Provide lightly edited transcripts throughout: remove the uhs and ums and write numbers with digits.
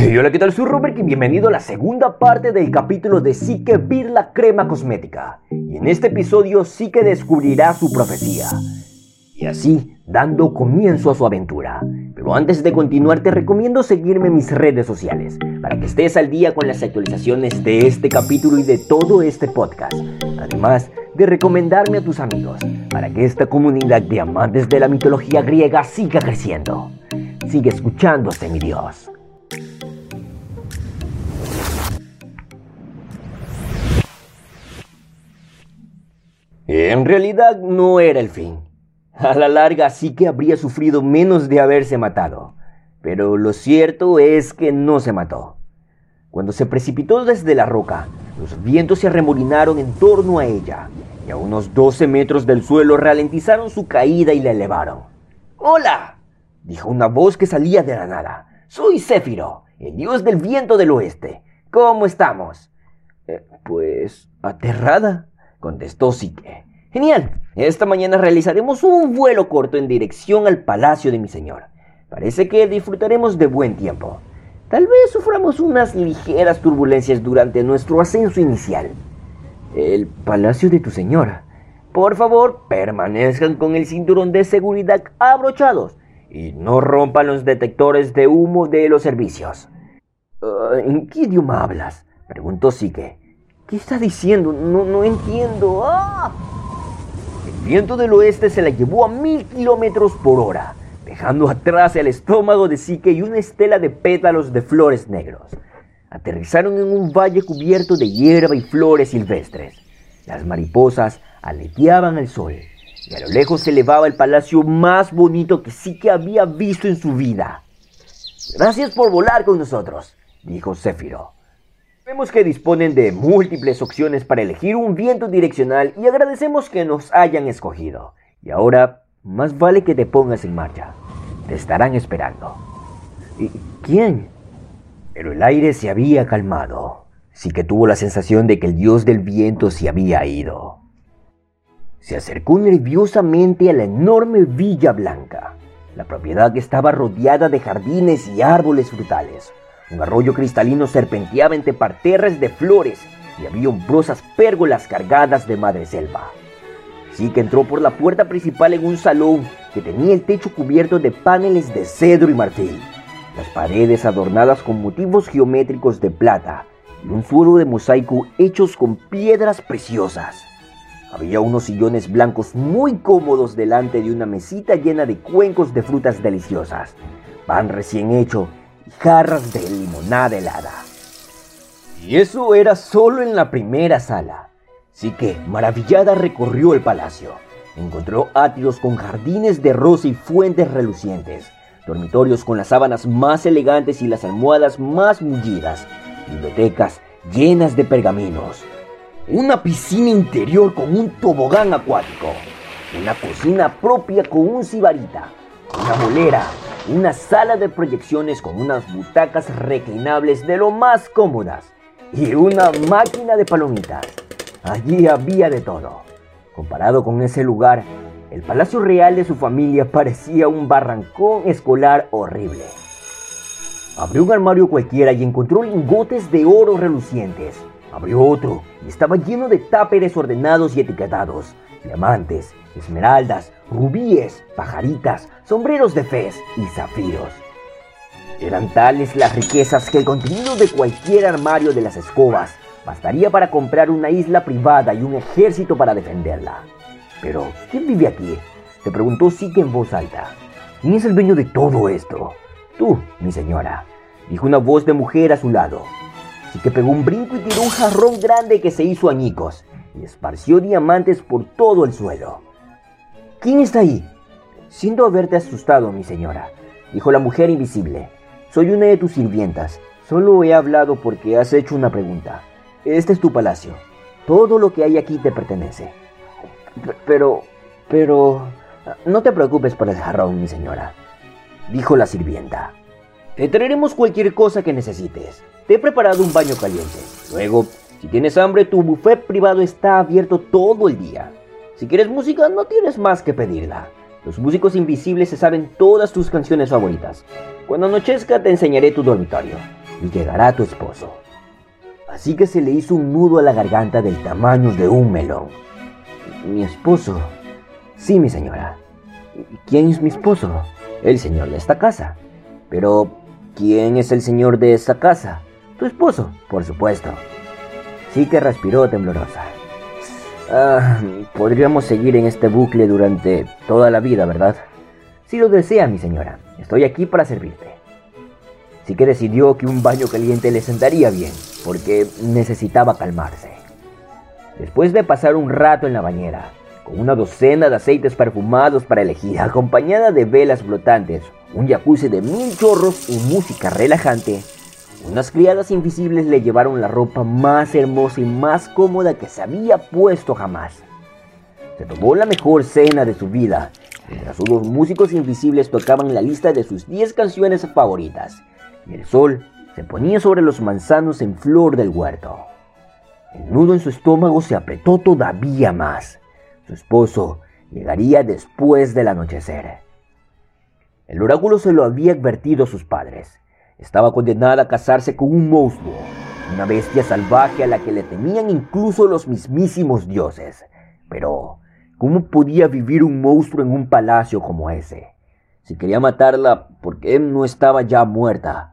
Y hola, ¿qué tal? Soy Robert y bienvenido a la segunda parte del capítulo de Psyche Beer, la crema cosmética. Y en este episodio Psyche descubrirá su profecía. Y así, dando comienzo a su aventura. Pero antes de continuar, te recomiendo seguirme en mis redes sociales, para que estés al día con las actualizaciones de este capítulo y de todo este podcast. Además de recomendarme a tus amigos, para que esta comunidad de amantes de la mitología griega siga creciendo. Sigue escuchándose, mi Dios. En realidad no era el fin. A la larga sí que habría sufrido menos de haberse matado. Pero lo cierto es que no se mató. Cuando se precipitó desde la roca, los vientos se arremolinaron en torno a ella, y a unos 12 metros del suelo ralentizaron su caída y la elevaron. ¡Hola!, dijo una voz que salía de la nada. «Soy Céfiro, el dios del viento del oeste. ¿Cómo estamos?» Pues aterrada, contestó Psyche. «Genial, esta mañana realizaremos un vuelo corto en dirección al palacio de mi señor. Parece que disfrutaremos de buen tiempo. Tal vez suframos unas ligeras turbulencias durante nuestro ascenso inicial». «¿El palacio de tu señora? Por favor, permanezcan con el cinturón de seguridad abrochados y no rompan los detectores de humo de los servicios». «¿En qué idioma hablas?», preguntó Psyche. «¿Qué está diciendo? No entiendo». ¡Ah! El viento del oeste se la llevó a 1000 kilómetros por hora, dejando atrás el estómago de Psyche y una estela de pétalos de flores negros. Aterrizaron en un valle cubierto de hierba y flores silvestres. Las mariposas aleteaban al sol, y a lo lejos se elevaba el palacio más bonito que Psyche había visto en su vida. «Gracias por volar con nosotros», dijo Céfiro. «Vemos que disponen de múltiples opciones para elegir un viento direccional y agradecemos que nos hayan escogido. Y ahora, más vale que te pongas en marcha. Te estarán esperando». «¿Y quién?» Pero el aire se había calmado. Sí que tuvo la sensación de que el dios del viento se había ido. Se acercó nerviosamente a la enorme Villa Blanca. La propiedad estaba rodeada de jardines y árboles frutales. Un arroyo cristalino serpenteaba entre parterres de flores y había umbrosas pérgolas cargadas de madreselva. Sí que entró por la puerta principal en un salón que tenía el techo cubierto de paneles de cedro y marfil, las paredes adornadas con motivos geométricos de plata y un suelo de mosaico hechos con piedras preciosas. Había unos sillones blancos muy cómodos delante de una mesita llena de cuencos de frutas deliciosas, pan recién hecho y jarras de limonada helada. Y eso era solo en la primera sala. Así que, maravillada, recorrió el palacio. Encontró átiros con jardines de rosa y fuentes relucientes, dormitorios con las sábanas más elegantes y las almohadas más mullidas, bibliotecas llenas de pergaminos, una piscina interior con un tobogán acuático, una cocina propia con un sibarita, una bolera, una sala de proyecciones con unas butacas reclinables de lo más cómodas y una máquina de palomitas. Allí había de todo. Comparado con ese lugar, el palacio real de su familia parecía un barrancón escolar horrible. Abrió un armario cualquiera y encontró lingotes de oro relucientes. Abrió otro y estaba lleno de táperes ordenados y etiquetados, diamantes, esmeraldas, rubíes, pajaritas, sombreros de fez y zafiros. Eran tales las riquezas que el contenido de cualquier armario de las escobas bastaría para comprar una isla privada y un ejército para defenderla. «¿Pero quién vive aquí?», se preguntó Psyche en voz alta. «¿Quién es el dueño de todo esto?» «Tú, mi señora», dijo una voz de mujer a su lado. Psyche pegó un brinco y tiró un jarrón grande que se hizo añicos y esparció diamantes por todo el suelo. «¿Quién está ahí?» «Siento haberte asustado, mi señora», dijo la mujer invisible. «Soy una de tus sirvientas. Solo he hablado porque has hecho una pregunta. Este es tu palacio. Todo lo que hay aquí te pertenece». Pero... «No te preocupes por el jarrón, mi señora», dijo la sirvienta. «Te traeremos cualquier cosa que necesites. Te he preparado un baño caliente. Luego, si tienes hambre, tu buffet privado está abierto todo el día. Si quieres música, no tienes más que pedirla. Los músicos invisibles se saben todas tus canciones favoritas. Cuando anochezca, te enseñaré tu dormitorio. y llegará tu esposo. Así que se le hizo un nudo a la garganta del tamaño de un melón. ¿Mi esposo? Sí, mi señora. ¿Quién es mi esposo? El señor de esta casa. Pero, ¿quién es el señor de esta casa? Tu esposo, por supuesto. Sí que respiró temblorosa. Podríamos seguir en este bucle durante toda la vida, ¿verdad? Si lo desea, mi señora, estoy aquí para servirte. Sí que decidió que un baño caliente le sentaría bien, porque necesitaba calmarse. Después de pasar un rato en la bañera, con una docena de aceites perfumados para elegir, acompañada de velas flotantes, un jacuzzi de 1000 chorros y música relajante, unas criadas invisibles le llevaron la ropa más hermosa y más cómoda que se había puesto jamás. Se tomó la mejor cena de su vida, mientras unos músicos invisibles tocaban la lista de sus 10 canciones favoritas, y el sol se ponía sobre los manzanos en flor del huerto. El nudo en su estómago se apretó todavía más. Su esposo llegaría después del anochecer. El oráculo se lo había advertido a sus padres. Estaba condenada a casarse con un monstruo, una bestia salvaje a la que le temían incluso los mismísimos dioses. Pero, ¿cómo podía vivir un monstruo en un palacio como ese? Si quería matarla, ¿por qué no estaba ya muerta?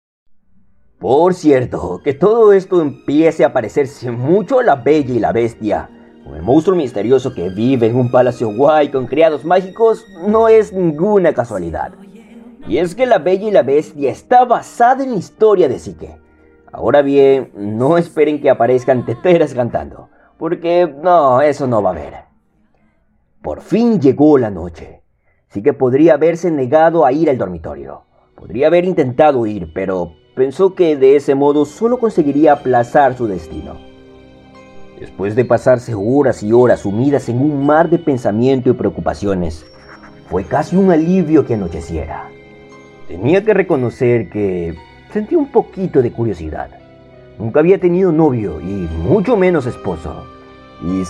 Por cierto, que todo esto empiece a parecerse mucho a La Bella y la Bestia, o el monstruo misterioso que vive en un palacio guay con criados mágicos, no es ninguna casualidad. Y es que La Bella y la Bestia está basada en la historia de Psique. Ahora bien, no esperen que aparezcan teteras cantando, porque no, eso no va a haber. Por fin llegó la noche. Psique podría haberse negado a ir al dormitorio. Podría haber intentado ir, pero pensó que de ese modo solo conseguiría aplazar su destino. Después de pasarse horas y horas sumidas en un mar de pensamiento y preocupaciones, fue casi un alivio que anocheciera. Tenía que reconocer que sentía un poquito de curiosidad. Nunca había tenido novio y mucho menos esposo. ¿Y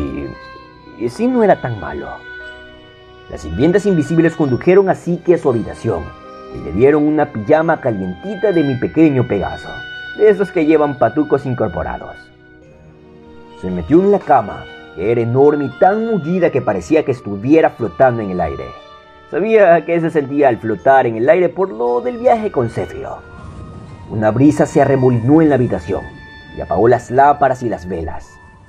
si no era tan malo? Las sirvientas invisibles condujeron a Psique a su habitación y le dieron una pijama calientita de mi pequeño Pegaso, de esos que llevan patucos incorporados. Se metió en la cama, que era enorme y tan mullida que parecía que estuviera flotando en el aire. Sabía que se sentía al flotar en el aire por lo del viaje con Zefiro. Una brisa se arremolinó en la habitación y apagó las lámparas y las velas.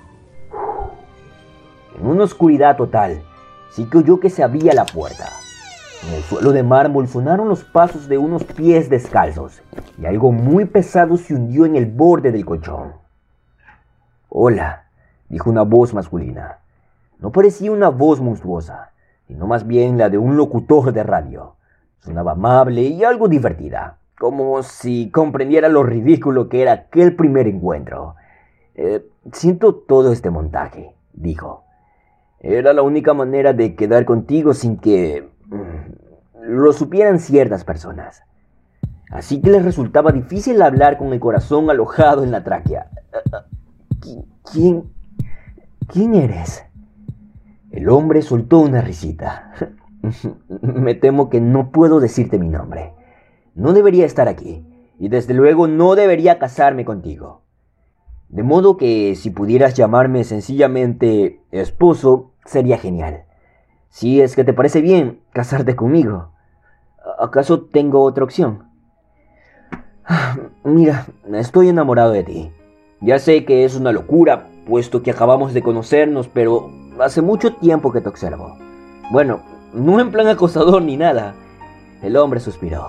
En una oscuridad total, Psique oyó que se abría la puerta. En el suelo de mármol sonaron los pasos de unos pies descalzos y algo muy pesado se hundió en el borde del colchón. «Hola», dijo una voz masculina. No parecía una voz monstruosa, sino más bien la de un locutor de radio. Sonaba amable y algo divertida, como si comprendiera lo ridículo que era aquel primer encuentro. Siento todo este montaje», dijo. «Era la única manera de quedar contigo sin que lo supieran ciertas personas. Así que les resultaba difícil hablar con el corazón alojado en la tráquea. ¿Quién eres?» El hombre soltó una risita. «Me temo que no puedo decirte mi nombre. No debería estar aquí, y desde luego no debería casarme contigo. De modo que si pudieras llamarme sencillamente esposo, sería genial. Si es que te parece bien casarte conmigo. ¿Acaso tengo otra opción?» «Mira, estoy enamorado de ti. Ya sé que es una locura, puesto que acabamos de conocernos, pero hace mucho tiempo que te observo. Bueno, no en plan acosador ni nada». El hombre suspiró.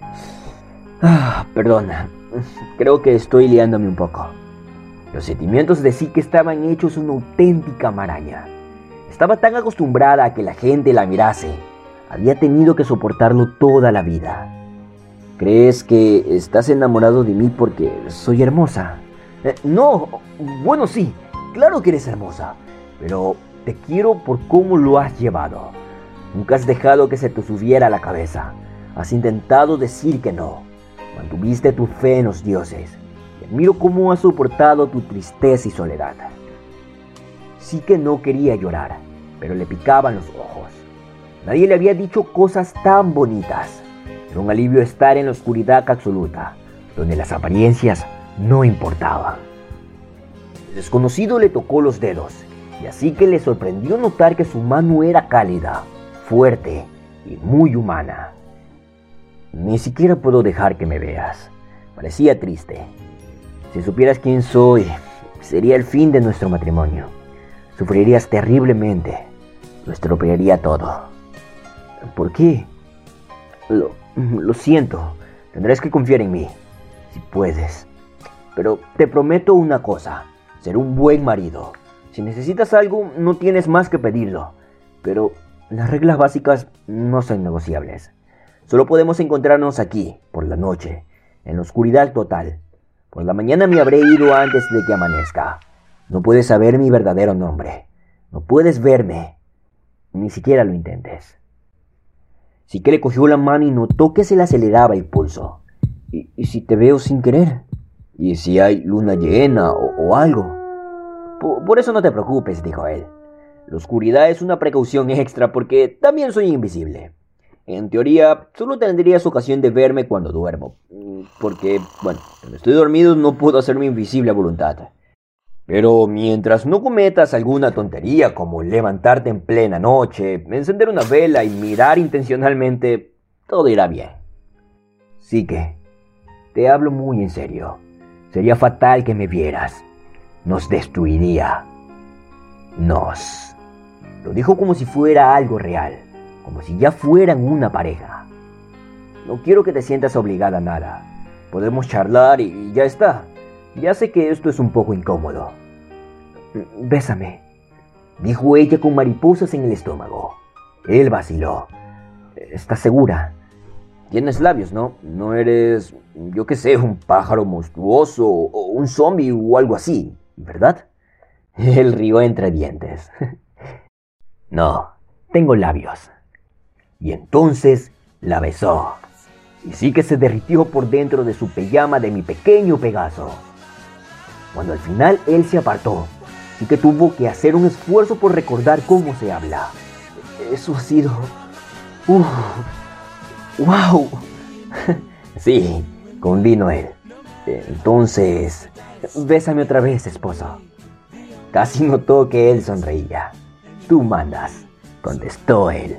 «Perdona, creo que estoy liándome un poco». Los sentimientos de Psique estaban hechos una auténtica maraña. Estaba tan acostumbrada a que la gente la mirase. Había tenido que soportarlo toda la vida. «¿Crees que estás enamorado de mí porque soy hermosa?» «No, bueno sí, claro que eres hermosa, pero te quiero por cómo lo has llevado. Nunca has dejado que se te subiera a la cabeza. Has intentado decir que no. Mantuviste tu fe en los dioses. Y admiro cómo has soportado tu tristeza y soledad». Psique no quería llorar, pero le picaban los ojos. Nadie le había dicho cosas tan bonitas. Era un alivio estar en la oscuridad absoluta, donde las apariencias no importaban. El desconocido le tocó los dedos, y así que le sorprendió notar que su mano era cálida, fuerte y muy humana. Ni siquiera puedo dejar que me veas. Parecía triste. Si supieras quién soy, sería el fin de nuestro matrimonio. Sufrirías terriblemente. Lo estropearía todo. ¿Por qué? Lo siento. Tendrás que confiar en mí, si puedes. Pero te prometo una cosa. Seré un buen marido. Si necesitas algo, no tienes más que pedirlo. Pero las reglas básicas no son negociables. Solo podemos encontrarnos aquí, por la noche, en la oscuridad total. Por la mañana me habré ido antes de que amanezca. No puedes saber mi verdadero nombre. No puedes verme. Ni siquiera lo intentes. Sí que le cogió la mano y notó que se le aceleraba el pulso. ¿Y si te veo sin querer? ¿Y si hay luna llena o algo? Por eso no te preocupes, dijo él. La oscuridad es una precaución extra porque también soy invisible. En teoría, solo tendrías ocasión de verme cuando duermo. Porque, bueno, cuando estoy dormido no puedo hacerme invisible a voluntad. Pero mientras no cometas alguna tontería como levantarte en plena noche, encender una vela y mirar intencionalmente, todo irá bien. Sí que, te hablo muy en serio. Sería fatal que me vieras. Nos destruiría. Nos. Lo dijo como si fuera algo real, como si ya fueran una pareja. No quiero que te sientas obligada a nada. Podemos charlar y ya está. Ya sé que esto es un poco incómodo. Bésame, dijo ella con mariposas en el estómago. Él vaciló. ¿Estás segura? Tienes labios, ¿no? No eres, yo qué sé, un pájaro monstruoso o un zombie o algo así, ¿verdad? Él rió entre dientes. No, tengo labios. Y entonces la besó. Y sí que se derritió por dentro de su pijama de mi pequeño Pegaso. Cuando al final él se apartó, sí que tuvo que hacer un esfuerzo por recordar cómo se habla. Eso ha sido... ¡Wow! Sí, convino él. Entonces, bésame otra vez, esposo. Casi notó que él sonreía. Tú mandas, contestó él.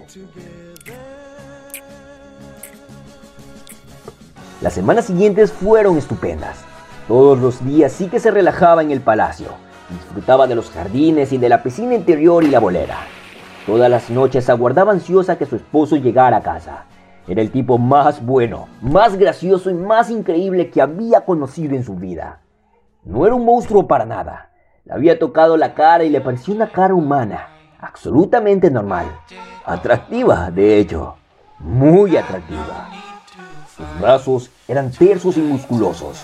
Las semanas siguientes fueron estupendas. Todos los días sí que se relajaba en el palacio. Disfrutaba de los jardines y de la piscina interior y la bolera. Todas las noches aguardaba ansiosa que su esposo llegara a casa. Era el tipo más bueno, más gracioso y más increíble que había conocido en su vida. No era un monstruo para nada. Le había tocado la cara y le parecía una cara humana, absolutamente normal. Atractiva, de hecho, muy atractiva. Sus brazos eran tersos y musculosos.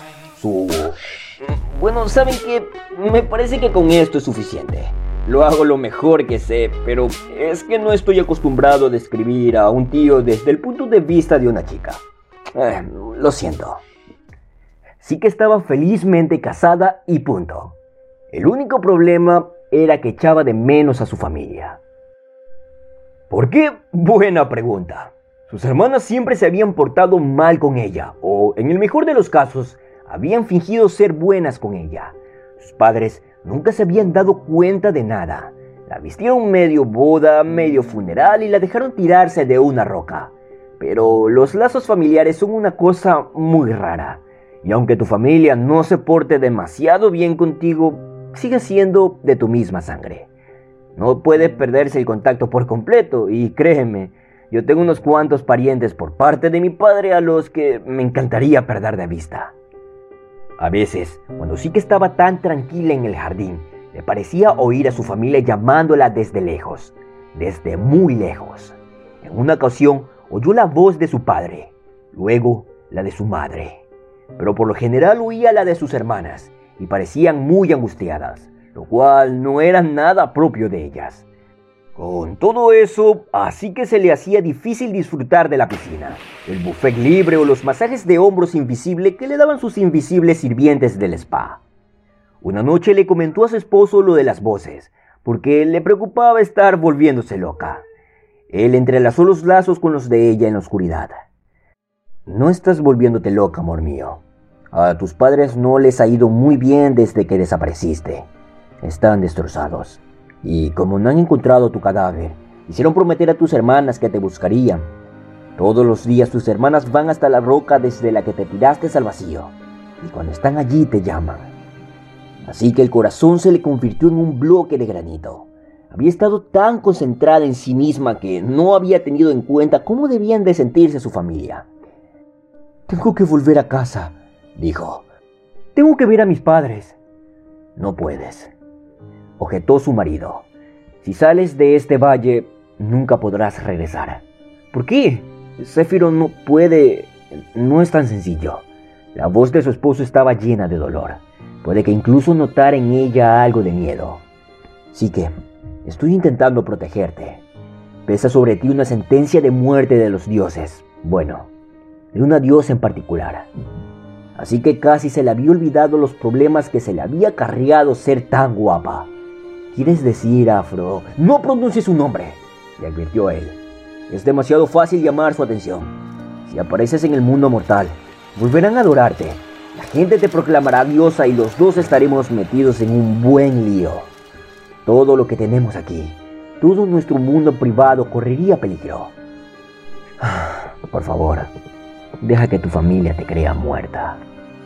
Bueno, ¿saben qué? Me parece que con esto es suficiente. Lo hago lo mejor que sé, pero es que no estoy acostumbrado a describir a un tío desde el punto de vista de una chica. Lo siento. Sí que estaba felizmente casada y punto. El único problema era que echaba de menos a su familia. ¿Por qué? Buena pregunta. Sus hermanas siempre se habían portado mal con ella, o en el mejor de los casos, habían fingido ser buenas con ella. Sus padres nunca se habían dado cuenta de nada. La vistieron medio boda, medio funeral y la dejaron tirarse de una roca. Pero los lazos familiares son una cosa muy rara. Y aunque tu familia no se porte demasiado bien contigo, sigue siendo de tu misma sangre. No puede perderse el contacto por completo y créeme, yo tengo unos cuantos parientes por parte de mi padre a los que me encantaría perder de vista. A veces, cuando sí que estaba tan tranquila en el jardín, le parecía oír a su familia llamándola desde lejos, desde muy lejos. En una ocasión, oyó la voz de su padre, luego la de su madre. Pero por lo general oía la de sus hermanas, y parecían muy angustiadas, lo cual no era nada propio de ellas. Con todo eso, así que se le hacía difícil disfrutar de la piscina, el buffet libre o los masajes de hombros invisibles que le daban sus invisibles sirvientes del spa. Una noche le comentó a su esposo lo de las voces, porque le preocupaba estar volviéndose loca. Él entrelazó los lazos con los de ella en la oscuridad. No estás volviéndote loca, amor mío. A tus padres no les ha ido muy bien desde que desapareciste. Están destrozados. Y como no han encontrado tu cadáver, hicieron prometer a tus hermanas que te buscarían. Todos los días tus hermanas van hasta la roca desde la que te tiraste al vacío. Y cuando están allí te llaman. Así que el corazón se le convirtió en un bloque de granito. Había estado tan concentrada en sí misma que no había tenido en cuenta cómo debían de sentirse su familia. «Tengo que volver a casa», dijo. «Tengo que ver a mis padres». «No puedes», objetó su marido. «Si sales de este valle, nunca podrás regresar». «¿Por qué? Zéfiro no puede. No es tan sencillo». La voz de su esposo estaba llena de dolor. Puede que incluso notara en ella algo de miedo. «Sí que estoy intentando protegerte. Pesa sobre ti una sentencia de muerte de los dioses. Bueno, de una diosa en particular. Así que casi se le había olvidado los problemas que se le había acarreado ser tan guapa. ¿Quieres decir, Afro? No pronuncies su nombre», le advirtió él. «Es demasiado fácil llamar su atención. Si apareces en el mundo mortal, volverán a adorarte. La gente te proclamará diosa y los dos estaremos metidos en un buen lío. Todo lo que tenemos aquí, todo nuestro mundo privado correría peligro. Por favor, deja que tu familia te crea muerta».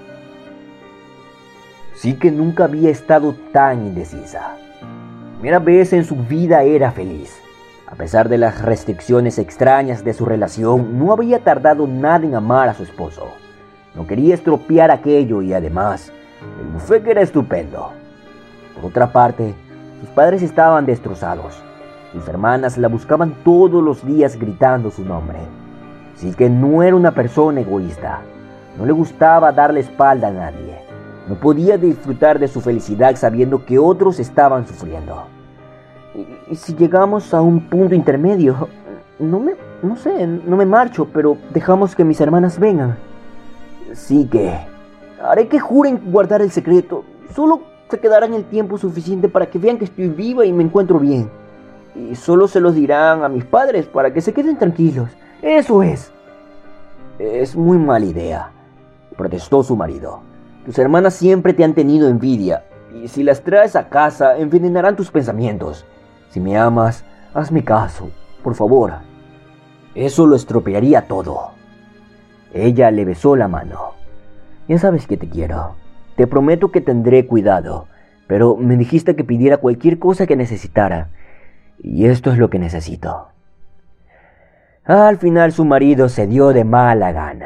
Sí que nunca había estado tan indecisa. Primera vez en su vida era feliz. A pesar de las restricciones extrañas de su relación, no había tardado nada en amar a su esposo. No quería estropear aquello y además, el buffet era estupendo. Por otra parte, sus padres estaban destrozados. Sus hermanas la buscaban todos los días gritando su nombre. Sí que no era una persona egoísta. No le gustaba darle espalda a nadie. No podía disfrutar de su felicidad sabiendo que otros estaban sufriendo. ¿Y si llegamos a un punto intermedio? No me marcho, pero dejamos que mis hermanas vengan. Sí que haré que juren guardar el secreto. Solo se quedarán el tiempo suficiente para que vean que estoy viva y me encuentro bien. Y solo se los dirán a mis padres para que se queden tranquilos. Eso es. Es muy mala idea, protestó su marido. Tus hermanas siempre te han tenido envidia, y si las traes a casa, envenenarán tus pensamientos. Si me amas, hazme caso, por favor. Eso lo estropearía todo. Ella le besó la mano. Ya sabes que te quiero. Te prometo que tendré cuidado, pero me dijiste que pidiera cualquier cosa que necesitara, y esto es lo que necesito. Al final su marido se dio de mala gana.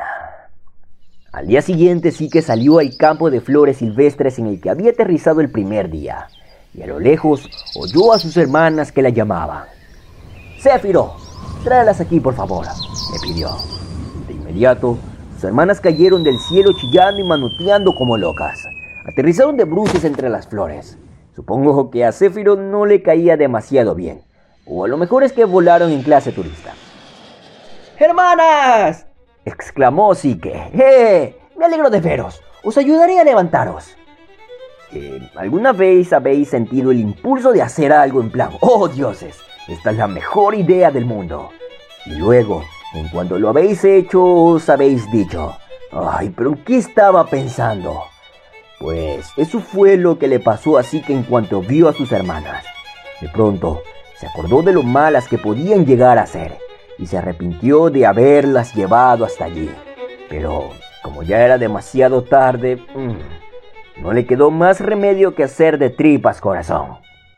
Al día siguiente sí que salió al campo de flores silvestres en el que había aterrizado el primer día, y a lo lejos oyó a sus hermanas que la llamaban. «Zéfiro, tráelas aquí por favor», le pidió. De inmediato, sus hermanas cayeron del cielo chillando y manoteando como locas. Aterrizaron de bruces entre las flores. Supongo que a Zéfiro no le caía demasiado bien, o a lo mejor es que volaron en clase turista. «¡Hermanas!», exclamó Psique. Me alegro de veros. Os ayudaré a levantaros». ¿Alguna vez habéis sentido el impulso de hacer algo en plan, «Oh dioses, esta es la mejor idea del mundo»? Y luego, en cuanto lo habéis hecho, os habéis dicho, «Ay, pero ¿en qué estaba pensando?». Pues eso fue lo que le pasó a Psique en cuanto vio a sus hermanas. De pronto, se acordó de lo malas que podían llegar a ser y se arrepintió de haberlas llevado hasta allí. Pero, como ya era demasiado tarde, no le quedó más remedio que hacer de tripas corazón.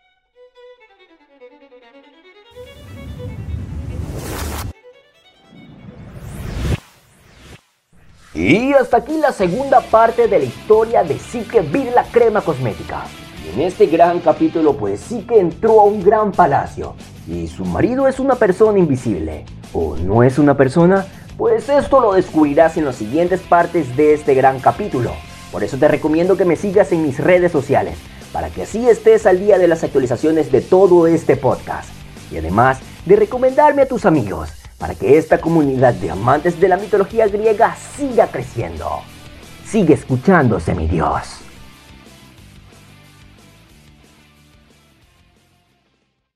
Y hasta aquí la segunda parte de la historia de Psique Vir la crema cosmética. Y en este gran capítulo, pues Psique entró a un gran palacio y su marido es una persona invisible. ¿O no es una persona? Pues esto lo descubrirás en las siguientes partes de este gran capítulo. Por eso te recomiendo que me sigas en mis redes sociales, para que así estés al día de las actualizaciones de todo este podcast. Y además de recomendarme a tus amigos, para que esta comunidad de amantes de la mitología griega siga creciendo. Sigue escuchando, semidios.